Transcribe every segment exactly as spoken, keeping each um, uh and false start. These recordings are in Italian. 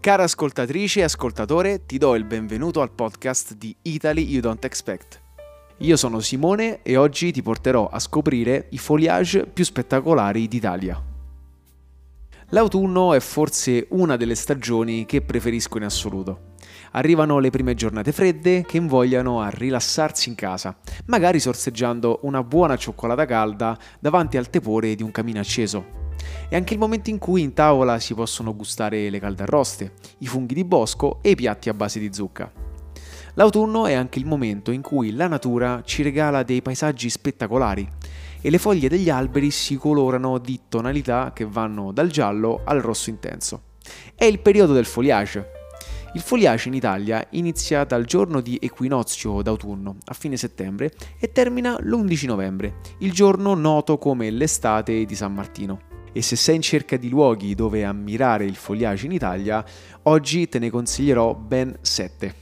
Cara ascoltatrice e ascoltatore, ti do il benvenuto al podcast di Italy You Don't Expect. Io sono Simone e oggi ti porterò a scoprire i foliage più spettacolari d'Italia. L'autunno è forse una delle stagioni che preferisco in assoluto. Arrivano le prime giornate fredde che invogliano a rilassarsi in casa, magari sorseggiando una buona cioccolata calda davanti al tepore di un camino acceso. È anche il momento in cui in tavola si possono gustare le calde arroste, i funghi di bosco e i piatti a base di zucca. L'autunno è anche il momento in cui la natura ci regala dei paesaggi spettacolari e le foglie degli alberi si colorano di tonalità che vanno dal giallo al rosso intenso. È il periodo del foliage. Il foliage in Italia inizia dal giorno di equinozio d'autunno, a fine settembre, e termina l'undici novembre, il giorno noto come l'estate di San Martino. E se sei in cerca di luoghi dove ammirare il foliage in Italia, oggi te ne consiglierò ben sette.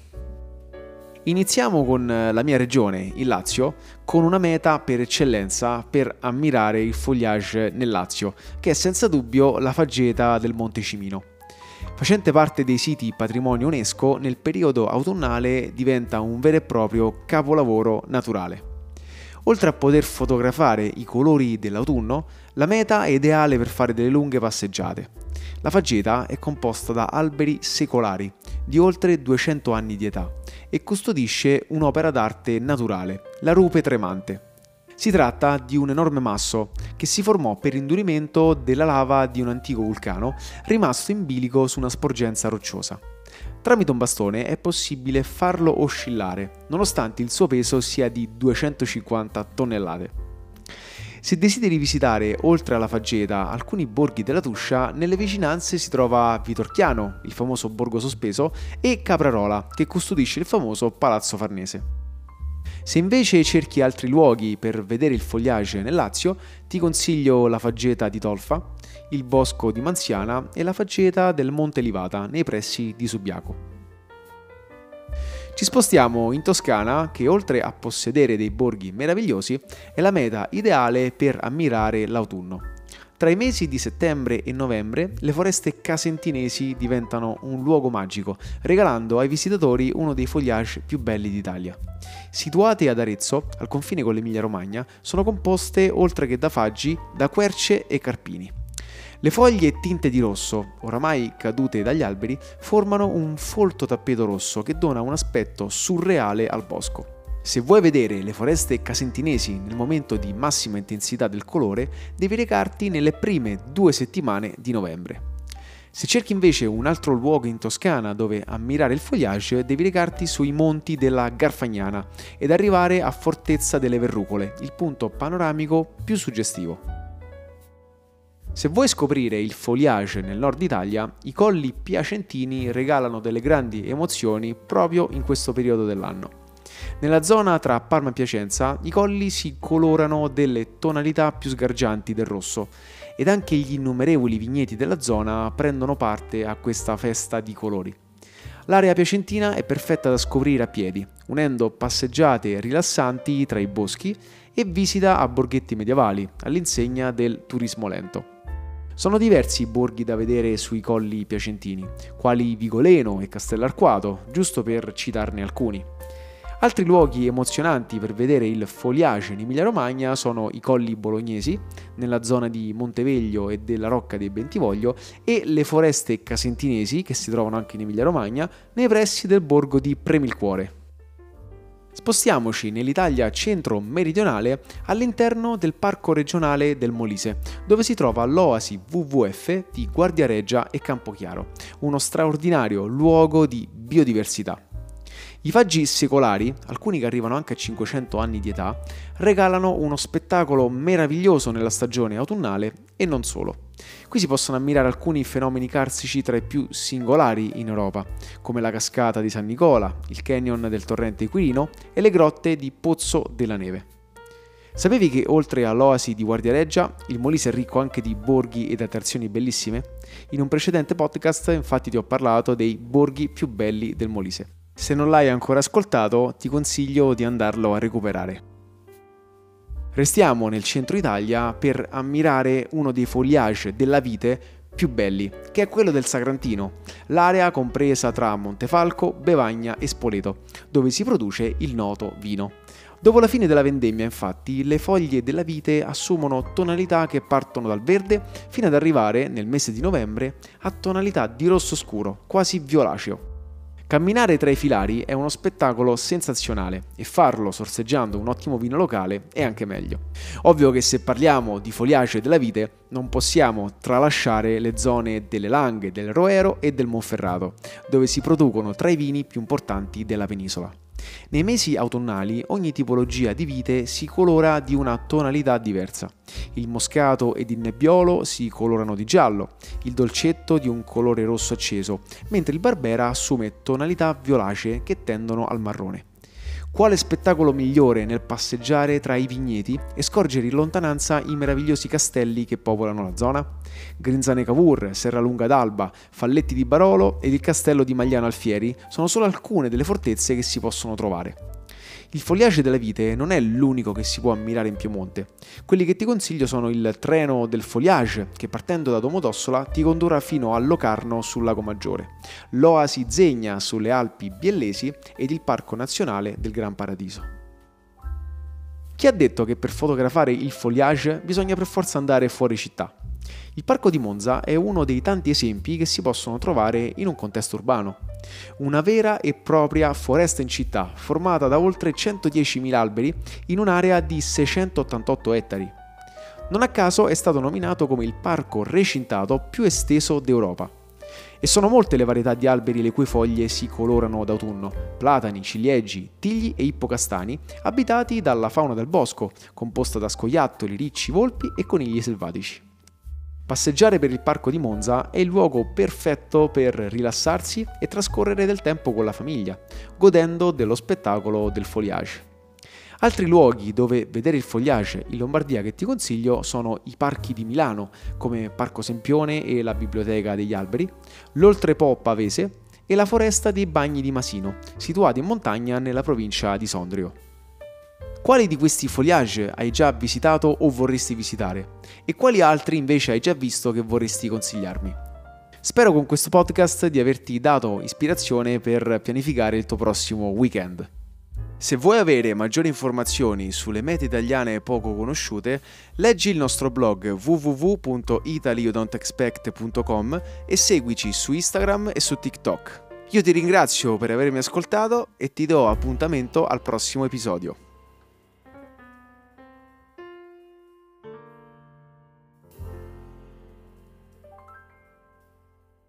Iniziamo con la mia regione, il Lazio, con una meta per eccellenza per ammirare il foliage nel Lazio, che è senza dubbio la faggeta del Monte Cimino. Facente parte dei siti patrimonio UNESCO, nel periodo autunnale diventa un vero e proprio capolavoro naturale. Oltre a poter fotografare i colori dell'autunno, la meta è ideale per fare delle lunghe passeggiate. La faggeta è composta da alberi secolari di oltre duecento anni di età e custodisce un'opera d'arte naturale, la rupe tremante. Si tratta di un enorme masso che si formò per indurimento della lava di un antico vulcano rimasto in bilico su una sporgenza rocciosa. Tramite un bastone è possibile farlo oscillare, nonostante il suo peso sia di duecentocinquanta tonnellate. Se desideri visitare, oltre alla faggeta, alcuni borghi della Tuscia, nelle vicinanze si trova Vitorchiano, il famoso borgo sospeso, e Caprarola, che custodisce il famoso Palazzo Farnese. Se invece cerchi altri luoghi per vedere il foliage nel Lazio, ti consiglio la faggeta di Tolfa, il bosco di Manziana e la faggeta del Monte Livata, nei pressi di Subiaco. Ci spostiamo in Toscana, che oltre a possedere dei borghi meravigliosi, è la meta ideale per ammirare l'autunno. Tra i mesi di settembre e novembre, le foreste casentinesi diventano un luogo magico, regalando ai visitatori uno dei foliage più belli d'Italia. Situate ad Arezzo, al confine con l'Emilia-Romagna, sono composte, oltre che da faggi, da querce e carpini. Le foglie tinte di rosso, oramai cadute dagli alberi, formano un folto tappeto rosso che dona un aspetto surreale al bosco. Se vuoi vedere le foreste casentinesi nel momento di massima intensità del colore, devi recarti nelle prime due settimane di novembre. Se cerchi invece un altro luogo in Toscana dove ammirare il foliage, devi recarti sui monti della Garfagnana ed arrivare a Fortezza delle Verrucole, il punto panoramico più suggestivo. Se vuoi scoprire il foliage nel nord Italia, i colli piacentini regalano delle grandi emozioni proprio in questo periodo dell'anno. Nella zona tra Parma e Piacenza, i colli si colorano delle tonalità più sgargianti del rosso ed anche gli innumerevoli vigneti della zona prendono parte a questa festa di colori. L'area piacentina è perfetta da scoprire a piedi, unendo passeggiate rilassanti tra i boschi e visita a borghetti medievali, all'insegna del turismo lento. Sono diversi i borghi da vedere sui colli piacentini, quali Vigoleno e Castellarquato, giusto per citarne alcuni. Altri luoghi emozionanti per vedere il foliage in Emilia-Romagna sono i colli bolognesi, nella zona di Monteveglio e della Rocca dei Bentivoglio, e le foreste casentinesi, che si trovano anche in Emilia-Romagna, nei pressi del borgo di Premilcuore. Spostiamoci nell'Italia centro-meridionale all'interno del Parco regionale del Molise, dove si trova l'Oasi W W F di Guardiareggia e Campochiaro, uno straordinario luogo di biodiversità. I faggi secolari, alcuni che arrivano anche a cinquecento anni di età, regalano uno spettacolo meraviglioso nella stagione autunnale e non solo. Qui si possono ammirare alcuni fenomeni carsici tra i più singolari in Europa, come la cascata di San Nicola, il canyon del torrente Quirino e le grotte di Pozzo della Neve. Sapevi che oltre all'oasi di Guardiareggia, il Molise è ricco anche di borghi ed attrazioni bellissime? In un precedente podcast infatti ti ho parlato dei borghi più belli del Molise. Se non l'hai ancora ascoltato, ti consiglio di andarlo a recuperare. Restiamo nel centro Italia per ammirare uno dei foliage della vite più belli, che è quello del Sagrantino, l'area compresa tra Montefalco, Bevagna e Spoleto, dove si produce il noto vino. Dopo la fine della vendemmia, infatti, le foglie della vite assumono tonalità che partono dal verde fino ad arrivare, nel mese di novembre, a tonalità di rosso scuro, quasi violaceo. Camminare tra i filari è uno spettacolo sensazionale e farlo sorseggiando un ottimo vino locale è anche meglio. Ovvio che se parliamo di foliage della vite non possiamo tralasciare le zone delle Langhe, del Roero e del Monferrato, dove si producono tra i vini più importanti della penisola. Nei mesi autunnali ogni tipologia di vite si colora di una tonalità diversa. Il moscato ed il nebbiolo si colorano di giallo, il dolcetto di un colore rosso acceso, mentre il barbera assume tonalità violacee che tendono al marrone. Quale spettacolo migliore nel passeggiare tra i vigneti e scorgere in lontananza i meravigliosi castelli che popolano la zona? Grinzane Cavour, Serralunga d'Alba, Falletti di Barolo ed il castello di Magliano Alfieri sono solo alcune delle fortezze che si possono trovare. Il foliage della vite non è l'unico che si può ammirare in Piemonte. Quelli che ti consiglio sono il treno del foliage, che partendo da Domodossola ti condurrà fino a Locarno sul Lago Maggiore, l'Oasi Zegna sulle Alpi Biellesi ed il Parco Nazionale del Gran Paradiso. Chi ha detto che per fotografare il foliage bisogna per forza andare fuori città? Il Parco di Monza è uno dei tanti esempi che si possono trovare in un contesto urbano. Una vera e propria foresta in città, formata da oltre centodiecimila alberi in un'area di seicentottantotto ettari. Non a caso è stato nominato come il parco recintato più esteso d'Europa. E sono molte le varietà di alberi le cui foglie si colorano d'autunno: platani, ciliegi, tigli e ippocastani, abitati dalla fauna del bosco, composta da scoiattoli, ricci, volpi e conigli selvatici. Passeggiare per il Parco di Monza è il luogo perfetto per rilassarsi e trascorrere del tempo con la famiglia, godendo dello spettacolo del foliage. Altri luoghi dove vedere il foliage in Lombardia che ti consiglio sono i parchi di Milano, come Parco Sempione e la Biblioteca degli Alberi, l'Oltrepo Pavese e la Foresta dei Bagni di Masino, situati in montagna nella provincia di Sondrio. Quali di questi foliage hai già visitato o vorresti visitare? E quali altri invece hai già visto che vorresti consigliarmi? Spero con questo podcast di averti dato ispirazione per pianificare il tuo prossimo weekend. Se vuoi avere maggiori informazioni sulle mete italiane poco conosciute, leggi il nostro blog w w w punto italy you don't expect punto com e seguici su Instagram e su TikTok. Io ti ringrazio per avermi ascoltato e ti do appuntamento al prossimo episodio.